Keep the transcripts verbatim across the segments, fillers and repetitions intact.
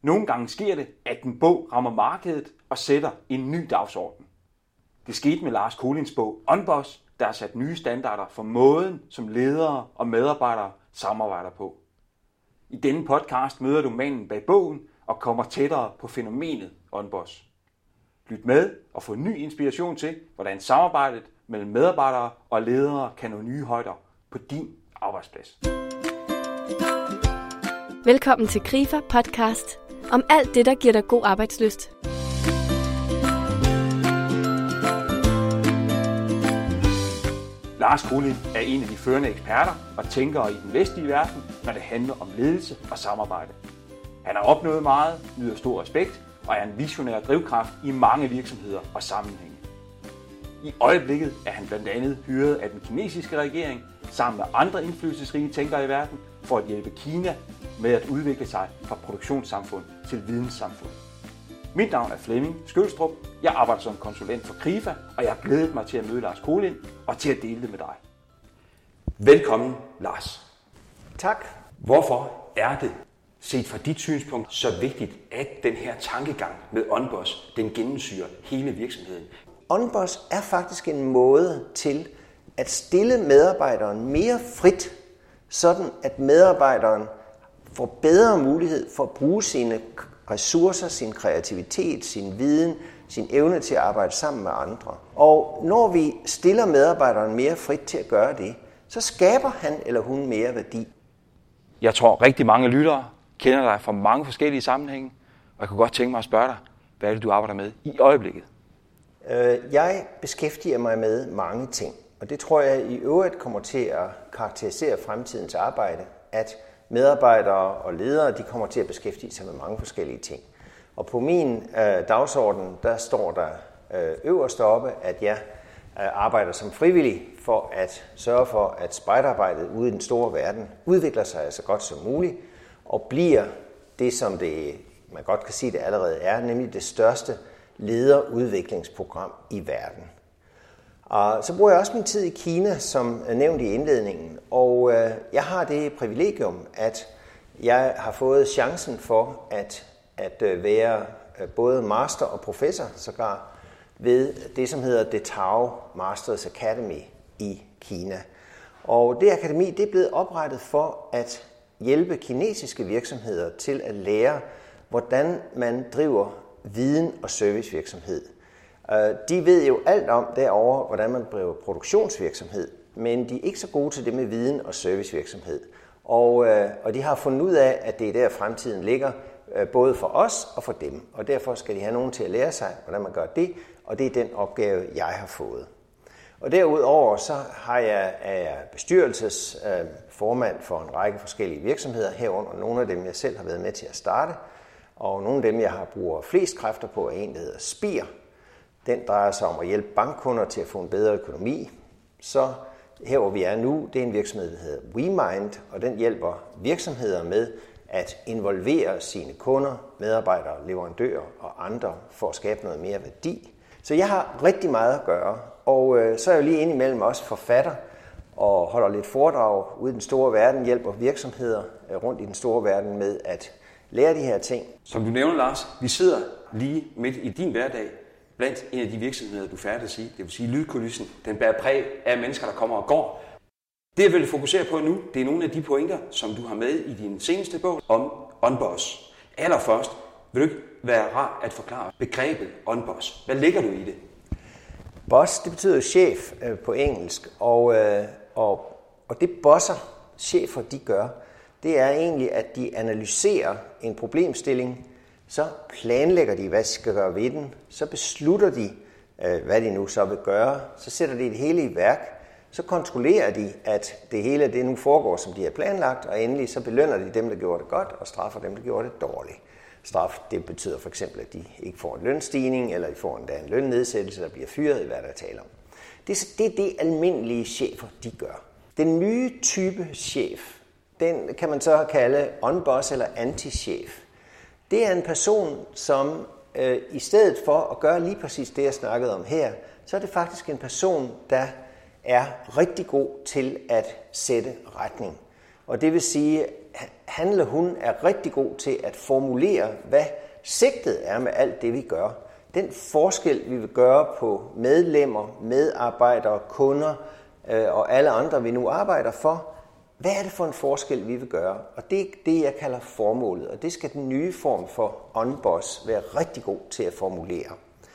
Nogle gange sker det, at en bog rammer markedet og sætter en ny dagsorden. Det skete med Lars Kolinds bog OnBoss, der har sat nye standarder for måden, som ledere og medarbejdere samarbejder på. I denne podcast møder du manden bag bogen og kommer tættere på fænomenet OnBoss. Lyt med og få ny inspiration til, hvordan samarbejdet mellem medarbejdere og ledere kan nå nye højder på din arbejdsplads. Velkommen til Krifa podcast om alt det, der giver dig god arbejdslyst. Lars Kolind er en af de førende eksperter og tænkere i den vestlige verden, når det handler om ledelse og samarbejde. Han har opnået meget, nyder stor respekt og er en visionær drivkraft i mange virksomheder og sammenhænge. I øjeblikket er han blandt andet hyret af den kinesiske regering sammen med andre indflydelsesrige tænkere i verden for at hjælpe Kina med at udvikle sig fra produktionssamfund til videnssamfund. Mit navn er Flemming Skølstrup. Jeg arbejder som konsulent for Krifa, og jeg har glædet mig til at møde Lars Kolind og til at dele det med dig. Velkommen, Lars. Tak. Hvorfor er det, set fra dit synspunkt, så vigtigt, at den her tankegang med OnBoss, den gennemsyrer hele virksomheden? OnBoss er faktisk en måde til at stille medarbejderen mere frit, sådan at medarbejderen får bedre mulighed for at bruge sine ressourcer, sin kreativitet, sin viden, sin evne til at arbejde sammen med andre. Og når vi stiller medarbejderen mere frit til at gøre det, så skaber han eller hun mere værdi. Jeg tror, rigtig mange lyttere kender dig fra mange forskellige sammenhænge, og jeg kunne godt tænke mig at spørge dig, hvad er det, du arbejder med i øjeblikket? Jeg beskæftiger mig med mange ting, og det tror jeg i øvrigt kommer til at karakterisere fremtidens arbejde, at medarbejdere og ledere de kommer til at beskæftige sig med mange forskellige ting. Og på min øh, dagsorden, der står der øh, øverst oppe, at jeg øh, arbejder som frivillig for at sørge for, at spejderarbejdet ude i den store verden udvikler sig så godt som muligt og bliver det, som det, man godt kan sige, det allerede er, nemlig det største lederudviklingsprogram i verden. Og så bruger jeg også min tid i Kina, som nævnt i indledningen, og øh, jeg har det privilegium, at jeg har fået chancen for at, at øh, være øh, både master og professor, sågar ved det, som hedder The Tao Masters Academy i Kina. Og det akademi det er blevet oprettet for at hjælpe kinesiske virksomheder til at lære, hvordan man driver viden- og servicevirksomhed. De ved jo alt om derovre, hvordan man driver produktionsvirksomhed, men de er ikke så gode til det med viden- og servicevirksomhed. Og, og de har fundet ud af, at det er der fremtiden ligger, både for os og for dem. Og derfor skal de have nogen til at lære sig, hvordan man gør det, og det er den opgave, jeg har fået. Og derudover så har jeg, er jeg bestyrelsesformand for en række forskellige virksomheder, herunder nogle af dem, jeg selv har været med til at starte, og nogle af dem, jeg har brugt flest kræfter på, er en, der hedder Spir. Den drejer sig om at hjælpe bankkunder til at få en bedre økonomi. Så her, hvor vi er nu, det er en virksomhed, der hedder WeMind, og den hjælper virksomheder med at involvere sine kunder, medarbejdere, leverandører og andre for at skabe noget mere værdi. Så jeg har rigtig meget at gøre, og øh, så er jeg jo lige indimellem også forfatter og holder lidt foredrag ude i den store verden, hjælper virksomheder øh, rundt i den store verden med at lære de her ting. Som du nævner, Lars, vi sidder lige midt i din hverdag blandt en af de virksomheder, du færdes i, det vil sige lydkulissen. Den bærer præg af mennesker, der kommer og går. Det, jeg vil fokusere på nu, det er nogle af de pointer, som du har med i din seneste bog om OnBoss. Allerførst vil du ikke være rar at forklare begrebet OnBoss. Hvad ligger du i det? Boss, det betyder chef øh, på engelsk, og, øh, og, og det bosser, chefer, de gør, det er egentlig, at de analyserer en problemstilling, så planlægger de, hvad de skal gøre ved den, så beslutter de, hvad de nu så vil gøre, så sætter de det hele i værk, så kontrollerer de, at det hele det nu foregår, som de har planlagt, og endelig så belønner de dem, der gjorde det godt, og straffer dem, der gjorde det dårligt. Straf, det betyder for eksempel, at de ikke får en lønstigning, eller de får endda en lønnedsættelse, der bliver fyret, i hvad der taler om. Det er det, det almindelige chefer, de gør. Den nye type chef, den kan man så kalde OnBoss eller anti-chef. Det er en person, som øh, i stedet for at gøre lige præcis det, jeg snakkede om her, så er det faktisk en person, der er rigtig god til at sætte retning. Og det vil sige, han eller hun er rigtig god til at formulere, hvad sigtet er med alt det, vi gør. Den forskel, vi vil gøre på medlemmer, medarbejdere, kunder øh, og alle andre, vi nu arbejder for, hvad er det for en forskel, vi vil gøre? Og det er det, jeg kalder formålet, og det skal den nye form for OnBoss være rigtig god til at formulere.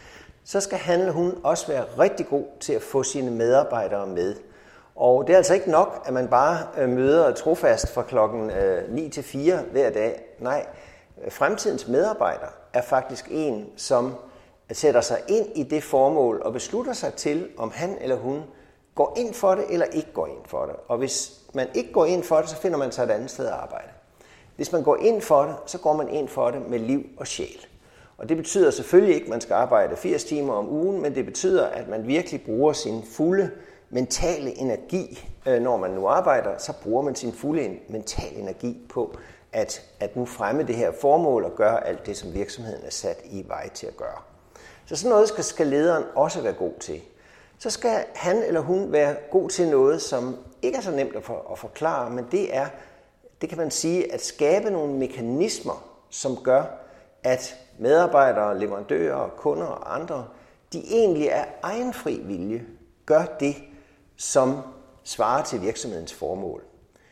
Så skal han eller hun også være rigtig god til at få sine medarbejdere med. Og det er altså ikke nok, at man bare møder trofast fra klokken ni til fire hver dag. Nej, fremtidens medarbejder er faktisk en, som sætter sig ind i det formål og beslutter sig til, om han eller hun går ind for det eller ikke går ind for det. Og hvis man ikke går ind for det, så finder man sig et andet sted at arbejde. Hvis man går ind for det, så går man ind for det med liv og sjæl. Og det betyder selvfølgelig ikke, at man skal arbejde firs timer om ugen, men det betyder, at man virkelig bruger sin fulde mentale energi. Når man nu arbejder, så bruger man sin fulde mentale energi på at, at nu fremme det her formål og gøre alt det, som virksomheden er sat i vej til at gøre. Så sådan noget skal, skal lederen også være god til. Så skal han eller hun være god til noget, som ikke er så nemt at, for, at forklare, men det er, det kan man sige, at skabe nogle mekanismer, som gør, at medarbejdere, leverandører, kunder og andre, de egentlig af egen fri vilje gør det, som svarer til virksomhedens formål.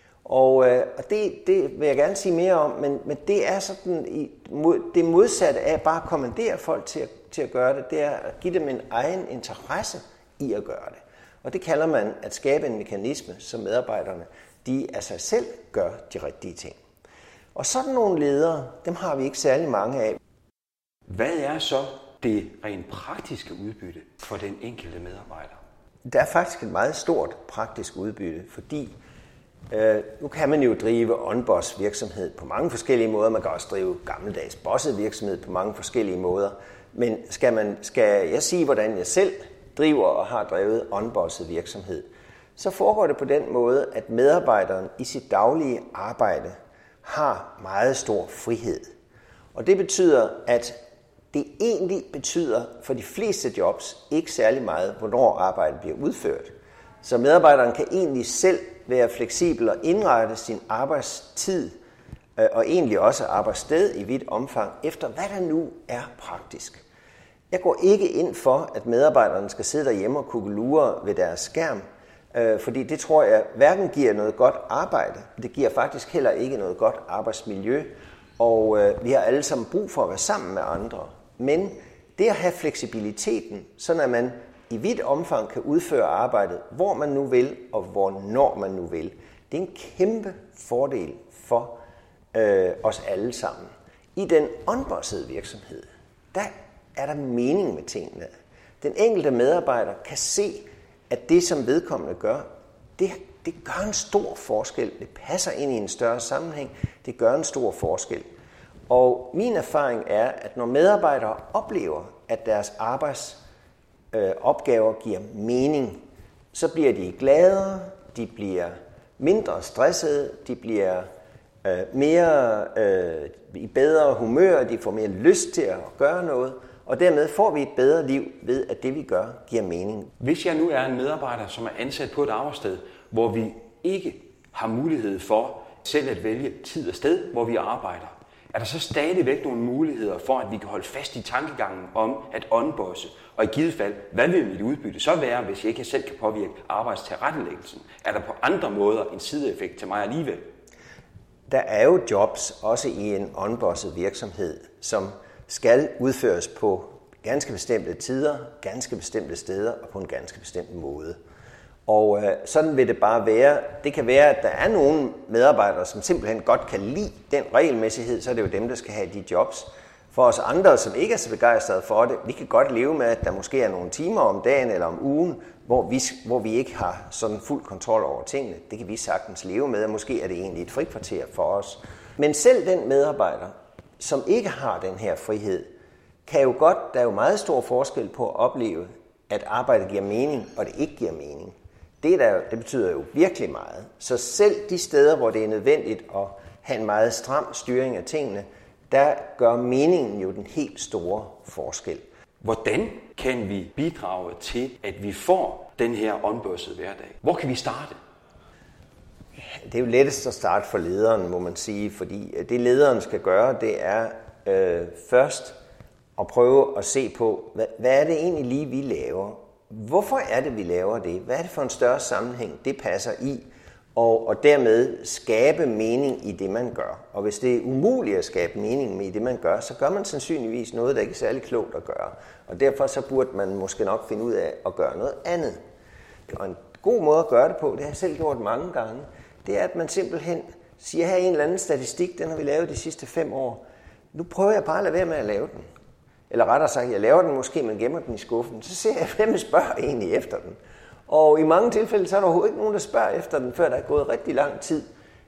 Og, øh, og det, det vil jeg gerne sige mere om, men, men det er sådan i, mod, det modsatte af bare at kommandere folk til at, til at gøre det, det er at give dem en egen interesse i at gøre det. Og det kalder man at skabe en mekanisme, som medarbejderne de af sig selv gør de rigtige ting. Og sådan nogle ledere, dem har vi ikke særlig mange af. Hvad er så det rent praktiske udbytte for den enkelte medarbejder? Der er faktisk et meget stort praktisk udbytte, fordi øh, nu kan man jo drive OnBoss virksomhed på mange forskellige måder. Man kan også drive gammeldags bosset virksomhed på mange forskellige måder. Men skal, man, skal jeg sige, hvordan jeg selv driver og har drevet OnBosset virksomhed, så foregår det på den måde, at medarbejderen i sit daglige arbejde har meget stor frihed. Og det betyder, at det egentlig betyder for de fleste jobs ikke særlig meget, hvornår arbejdet bliver udført. Så medarbejderen kan egentlig selv være fleksibel og indrette sin arbejdstid og egentlig også arbejdssted i vidt omfang efter, hvad der nu er praktisk. Jeg går ikke ind for, at medarbejderne skal sidde derhjemme og kukkelure ved deres skærm, fordi det tror jeg hverken giver noget godt arbejde, det giver faktisk heller ikke noget godt arbejdsmiljø, og vi har alle sammen brug for at være sammen med andre. Men det at have fleksibiliteten, sådan at man i vidt omfang kan udføre arbejdet, hvor man nu vil og hvornår man nu vil, det er en kæmpe fordel for øh, os alle sammen. I den OnBossede virksomhed, der er der mening med tingene. Den enkelte medarbejder kan se, at det, som vedkommende gør, det, det gør en stor forskel. Det passer ind i en større sammenhæng. Det gør en stor forskel. Og min erfaring er, at når medarbejdere oplever, at deres arbejdsopgaver øh, giver mening, så bliver de gladere, de bliver mindre stressede, de bliver øh, mere øh, i bedre humør, de får mere lyst til at gøre noget, og dermed får vi et bedre liv ved, at det vi gør giver mening. Hvis jeg nu er en medarbejder, som er ansat på et arbejdssted, hvor vi ikke har mulighed for selv at vælge tid og sted, hvor vi arbejder, er der så stadigvæk nogle muligheder for, at vi kan holde fast i tankegangen om at OnBosse? Og i givet fald, hvad vil mit udbytte så være, hvis jeg ikke selv kan påvirke arbejdstilrettelæggelsen? Er der på andre måder en sideeffekt til mig alligevel? Der er jo jobs, også i en OnBosset virksomhed, som skal udføres på ganske bestemte tider, ganske bestemte steder og på en ganske bestemt måde. Og øh, sådan vil det bare være. Det kan være, at der er nogle medarbejdere, som simpelthen godt kan lide den regelmæssighed, så er det jo dem, der skal have de jobs. For os andre, som ikke er så begejstrede for det, vi kan godt leve med, at der måske er nogle timer om dagen eller om ugen, hvor vi, hvor vi ikke har sådan fuld kontrol over tingene. Det kan vi sagtens leve med, og måske er det egentlig et frikvarter for os. Men selv den medarbejder, som ikke har den her frihed, kan jo godt, der er jo meget stor forskel på at opleve, at arbejdet giver mening, og det ikke giver mening. Det, der, det betyder jo virkelig meget. Så selv de steder, hvor det er nødvendigt at have en meget stram styring af tingene, der gør meningen jo den helt store forskel. Hvordan kan vi bidrage til, at vi får den her OnBossede hverdag? Hvor kan vi starte? Det er jo lettest at starte for lederen, må man sige, fordi det lederen skal gøre, det er øh, først at prøve at se på, hvad, hvad er det egentlig lige, vi laver? Hvorfor er det, vi laver det? Hvad er det for en større sammenhæng, det passer i? Og, og dermed skabe mening i det, man gør. Og hvis det er umuligt at skabe mening i det, man gør, så gør man sandsynligvis noget, der ikke er særlig klogt at gøre. Og derfor så burde man måske nok finde ud af at gøre noget andet. Og en god måde at gøre det på, det har jeg selv gjort mange gange, det er, at man simpelthen siger, her er en eller anden statistik, den har vi lavet de sidste fem år. Nu prøver jeg bare at lade være med at lave den. Eller rettere sagt, jeg laver den måske, men gemmer den i skuffen. Så ser jeg, hvem spørger egentlig efter den. Og i mange tilfælde, så er der overhovedet ikke nogen, der spørger efter den, før der er gået rigtig lang tid.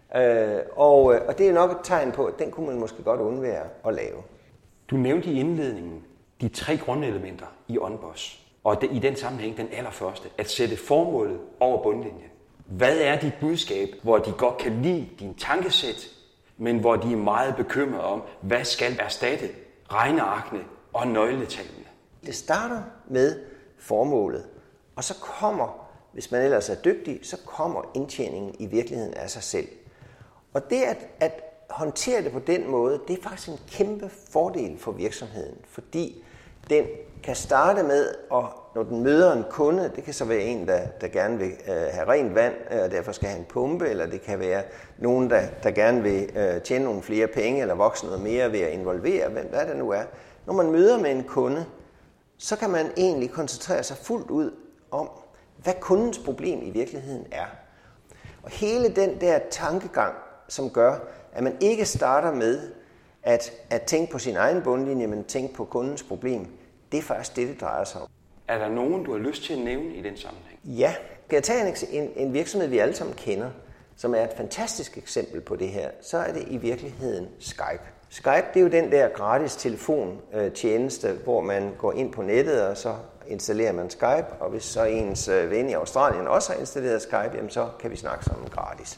Og, og det er nok et tegn på, at den kunne man måske godt undvære at lave. Du nævnte i indledningen de tre grundelementer i OnBoss. Og i den sammenhæng den allerførste, at sætte formålet over bundlinjen. Hvad er dit budskab, hvor de godt kan lide din tankesæt, men hvor de er meget bekymrede om, hvad skal erstatte regnearkene og nøgletallene? Det starter med formålet, og så kommer, hvis man ellers er dygtig, så kommer indtjeningen i virkeligheden af sig selv. Og det at, at håndtere det på den måde, det er faktisk en kæmpe fordel for virksomheden, fordi den kan starte med, at når den møder en kunde, det kan så være en, der, der gerne vil øh, have rent vand, og derfor skal have en pumpe, eller det kan være nogen, der, der gerne vil øh, tjene nogle flere penge, eller vokse noget mere ved at involvere, hvem hvad det nu er. Når man møder med en kunde, så kan man egentlig koncentrere sig fuldt ud om, hvad kundens problem i virkeligheden er. Og hele den der tankegang, som gør, at man ikke starter med at, at tænke på sin egen bundlinje, men tænke på kundens problem, det er faktisk det, det drejer sig om. Er der nogen, du har lyst til at nævne i den sammenhæng? Ja. Kan jeg tage en, en virksomhed, vi alle sammen kender, som er et fantastisk eksempel på det her, så er det i virkeligheden Skype. Skype, det er jo den der gratis telefontjeneste, hvor man går ind på nettet, og så installerer man Skype, og hvis så ens ven i Australien også har installeret Skype, jamen så kan vi snakke sammen gratis.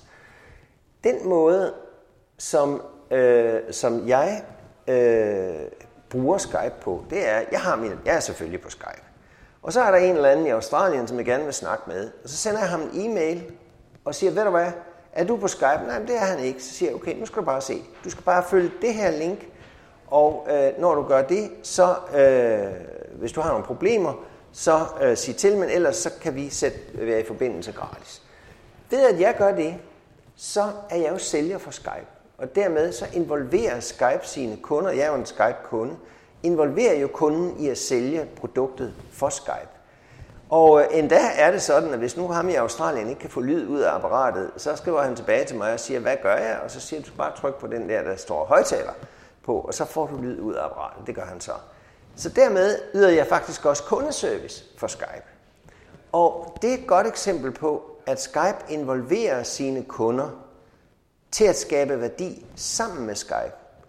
Den måde, som, øh, som jeg øh, bruger Skype på, det er, jeg, har min, jeg er selvfølgelig på Skype. Og så er der en eller anden i Australien, som jeg gerne vil snakke med. Og så sender jeg ham en e-mail og siger, ved du hvad, er du på Skype? Nej, men det er han ikke. Så siger jeg, okay, nu skal du bare se. Du skal bare følge det her link, og øh, når du gør det, så øh, hvis du har nogle problemer, så øh, sig til, men ellers så kan vi sætte, være i forbindelse gratis. Ved at jeg gør det, så er jeg jo sælger for Skype. Og dermed så involverer Skype sine kunder, jeg er jo en Skype-kunde, involverer jo kunden i at sælge produktet for Skype. Og endda er det sådan, at hvis nu ham i Australien ikke kan få lyd ud af apparatet, så skriver han tilbage til mig og siger, hvad gør jeg? Og så siger du bare tryk på den der, der står højtaler på, og så får du lyd ud af apparatet. Det gør han så. Så dermed yder jeg faktisk også kundeservice for Skype. Og det er et godt eksempel på, at Skype involverer sine kunder til at skabe værdi sammen med Skype.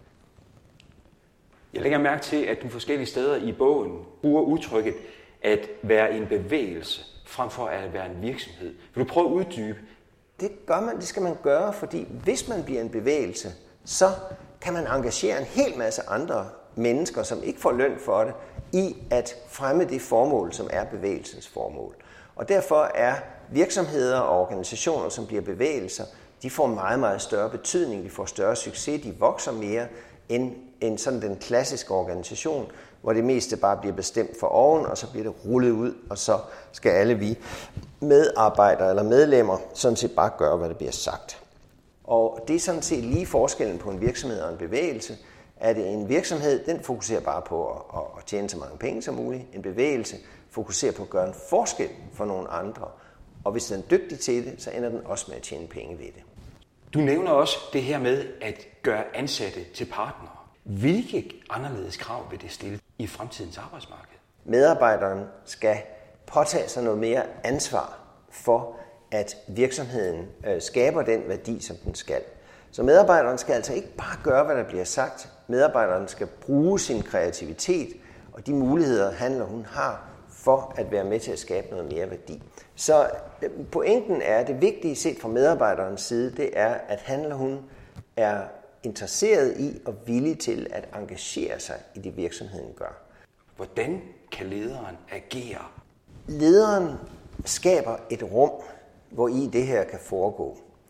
Jeg lægger mærke til, at du forskellige steder i bogen bruger udtrykket at være en bevægelse, frem for at være en virksomhed. Vil du prøve at uddybe? Det gør man, det skal man gøre, fordi hvis man bliver en bevægelse, så kan man engagere en hel masse andre mennesker, som ikke får løn for det, i at fremme det formål, som er bevægelsens formål. Og derfor er virksomheder og organisationer, som bliver bevægelser, de får meget, meget større betydning, de får større succes, de vokser mere end, end sådan den klassiske organisation, hvor det meste bare bliver bestemt for oven, og så bliver det rullet ud, og så skal alle vi medarbejdere eller medlemmer sådan set bare gøre, hvad der bliver sagt. Og det er sådan set lige forskellen på en virksomhed og en bevægelse, at en virksomhed, den fokuserer bare på at, at tjene så mange penge som muligt. En bevægelse fokuserer på at gøre en forskel for nogle andre. Og hvis den er dygtig til det, så ender den også med at tjene penge ved det. Du nævner også det her med at gøre ansatte til partnere. Hvilke anderledes krav vil det stille i fremtidens arbejdsmarked? Medarbejderen skal påtage sig noget mere ansvar for, at virksomheden øh, skaber den værdi, som den skal. Så medarbejderen skal altså ikke bare gøre, hvad der bliver sagt. Medarbejderen skal bruge sin kreativitet og de muligheder, han eller hun har, for at være med til at skabe noget mere værdi. Så pointen er, at det vigtige set fra medarbejderens side, det er, at han eller hun er interesseret i og villig til at engagere sig i det, virksomheden gør. Hvordan kan lederen agere? Lederen skaber et rum, hvor i det her kan foregå.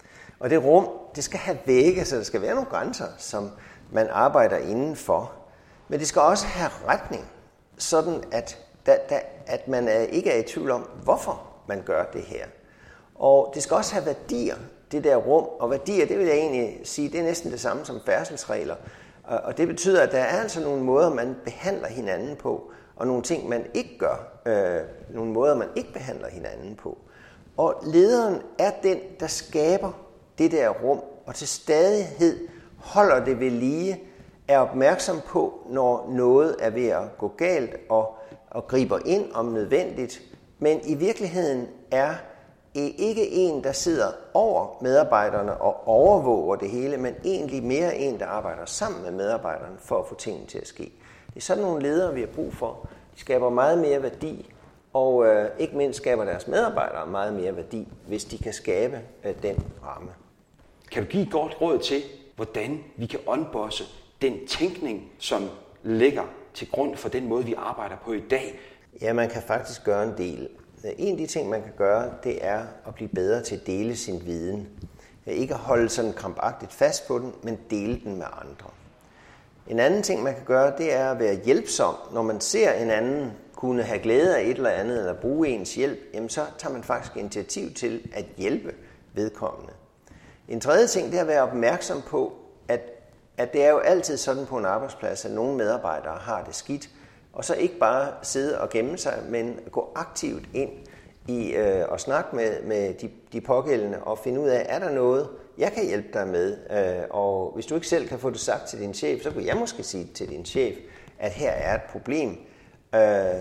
Og det rum, det skal have vægge, så der skal være nogle grænser, som man arbejder indenfor. Men det skal også have retning, sådan at, da, da, at man er, ikke er i tvivl om, hvorfor man gør det her. Og det skal også have værdier, det der rum. Og værdier, det vil jeg egentlig sige, det er næsten det samme som færdselsregler. Og det betyder, at der er altså nogle måder, man behandler hinanden på, og nogle ting, man ikke gør. Øh, nogle måder, man ikke behandler hinanden på. Og lederen er den, der skaber det der rum, og til stadighed holder det ved lige, er opmærksom på, når noget er ved at gå galt, og, og griber ind om nødvendigt, men i virkeligheden er ikke en, der sidder over medarbejderne og overvåger det hele, men egentlig mere en, der arbejder sammen med medarbejderne for at få tingene til at ske. Det er sådan nogle ledere, vi har brug for. De skaber meget mere værdi, og øh, ikke mindst skaber deres medarbejdere meget mere værdi, hvis de kan skabe øh, den ramme. Kan du give et godt råd til, hvordan vi kan onbosse den tænkning, som ligger til grund for den måde, vi arbejder på i dag? Ja, man kan faktisk gøre en del. En af de ting, man kan gøre, det er at blive bedre til at dele sin viden. Ikke at holde sådan krampagtigt fast på den, men dele den med andre. En anden ting, man kan gøre, det er at være hjælpsom. Når man ser en anden kunne have glæde af et eller andet, eller bruge ens hjælp, jamen så tager man faktisk initiativ til at hjælpe vedkommende. En tredje ting, det er at være opmærksom på, at, at det er jo altid sådan på en arbejdsplads, at nogle medarbejdere har det skidt, og så ikke bare sidde og gemme sig, men gå aktivt ind i øh, og snakke med, med de, de pågældende og finde ud af, er der noget, jeg kan hjælpe dig med? Øh, og hvis du ikke selv kan få det sagt til din chef, så kunne jeg måske sige til din chef, at her er et problem. Øh,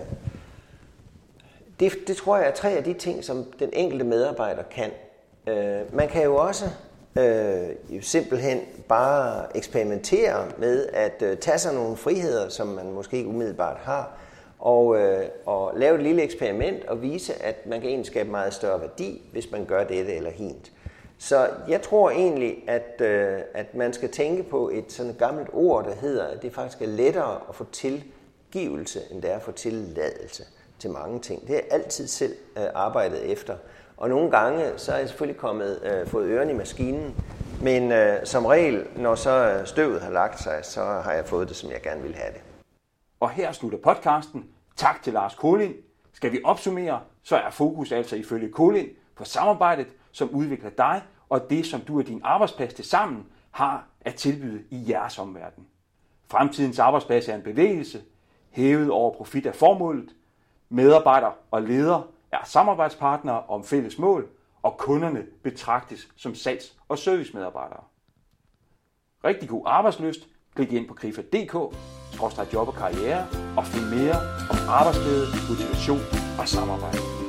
det, det tror jeg er tre af de ting, som den enkelte medarbejder kan. Øh, man kan jo også øh, simpelthen bare eksperimentere med at øh, tage sig nogle friheder, som man måske ikke umiddelbart har, og, øh, og lave et lille eksperiment og vise, at man kan egentlig skabe meget større værdi, hvis man gør dette eller hint. Så jeg tror egentlig, at, øh, at man skal tænke på et sådan et gammelt ord, der hedder, at det faktisk er lettere at få tilgivelse, end det er at få tilladelse til mange ting. Det har jeg altid selv øh, arbejdet efter. Og nogle gange, så er jeg selvfølgelig kommet, øh, fået ørerne i maskinen, men øh, som regel, når så støvet har lagt sig, så har jeg fået det, som jeg gerne vil have det. Og her slutter podcasten. Tak til Lars Kolind. Skal vi opsummere, så er fokus altså ifølge Kolind på samarbejdet, som udvikler dig, og det, som du og din arbejdsplads til sammen har at tilbyde i jeres omverden. Fremtidens arbejdsplads er en bevægelse, hævet over profit af formålet. Medarbejdere og ledere er samarbejdspartnere om fælles mål, og kunderne betragtes som salgs- og servicemedarbejdere. Rigtig god arbejdslyst. Klik ind på krifa punktum d k skråstreg job og karriere og find mere om arbejdsglæde, motivation og samarbejde.